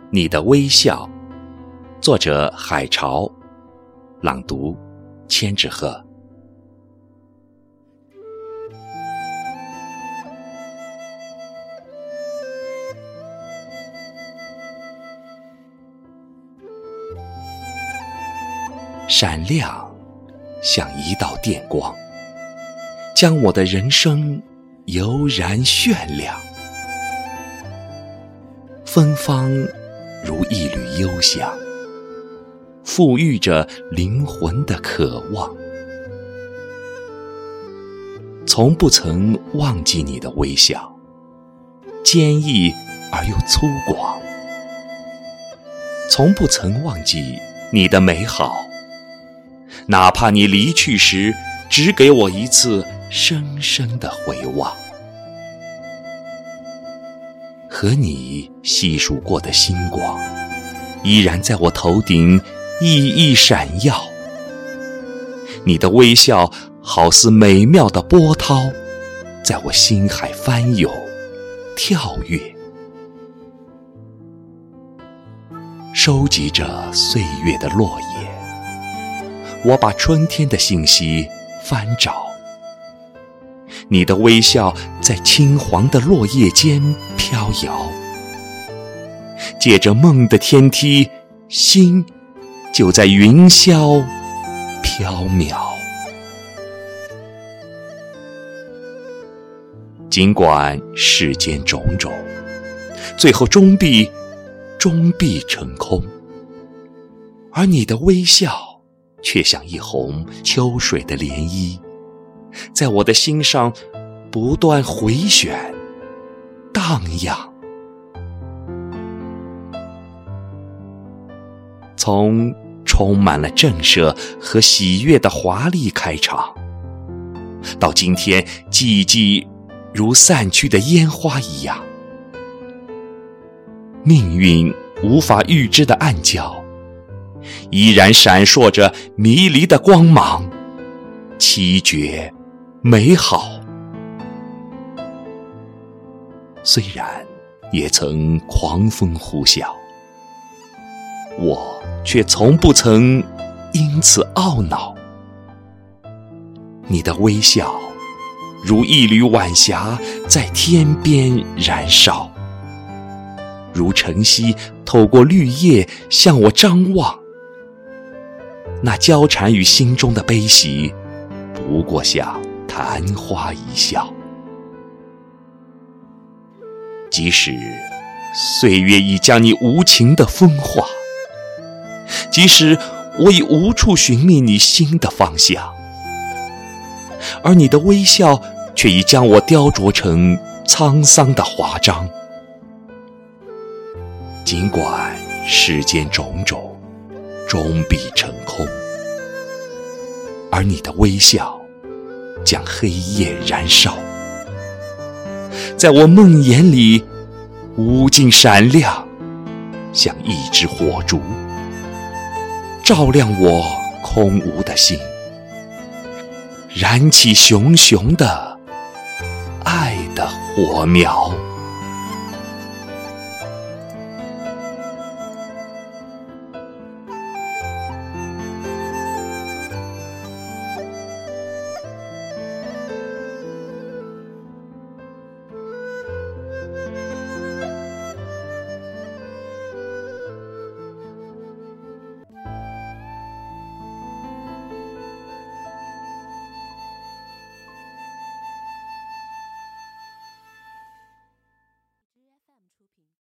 你的微笑，作者海潮，朗读千纸鹤。闪亮像一道电光，将我的人生油然炫亮。芬芳如一缕幽香，抚育着灵魂的渴望。从不曾忘记你的微笑，坚毅而又粗犷。从不曾忘记你的美好，哪怕你离去时，只给我一次深深的回望。和你细数过的星光，依然在我头顶熠熠闪耀。你的微笑好似美妙的波涛，在我心海翻涌跳跃。收集着岁月的落叶，我把春天的信息翻找。你的微笑在青黄的落叶间飘摇，借着梦的天梯，心就在云霄缥缈。尽管世间种种，最后终必成空，而你的微笑却像一泓秋水的涟漪，在我的心上不断回旋荡漾。从充满了震慑和喜悦的华丽开场，到今天寂寂如散去的烟花一样，命运无法预知的暗角，依然闪烁着迷离的光芒，凄绝美好。虽然也曾狂风呼啸，我却从不曾因此懊恼。你的微笑如一缕晚霞在天边燃烧，如晨曦透过绿叶向我张望。那交缠于心中的悲喜，不过像昙花一笑。即使岁月已将你无情地风化，即使我已无处寻觅你心的方向，而你的微笑却已将我雕琢成沧桑的华章。尽管世间种种终必成空，而你的微笑将黑夜燃烧，在我梦魇里无尽闪亮，像一支火烛，照亮我空无的心，燃起熊熊的爱的火苗。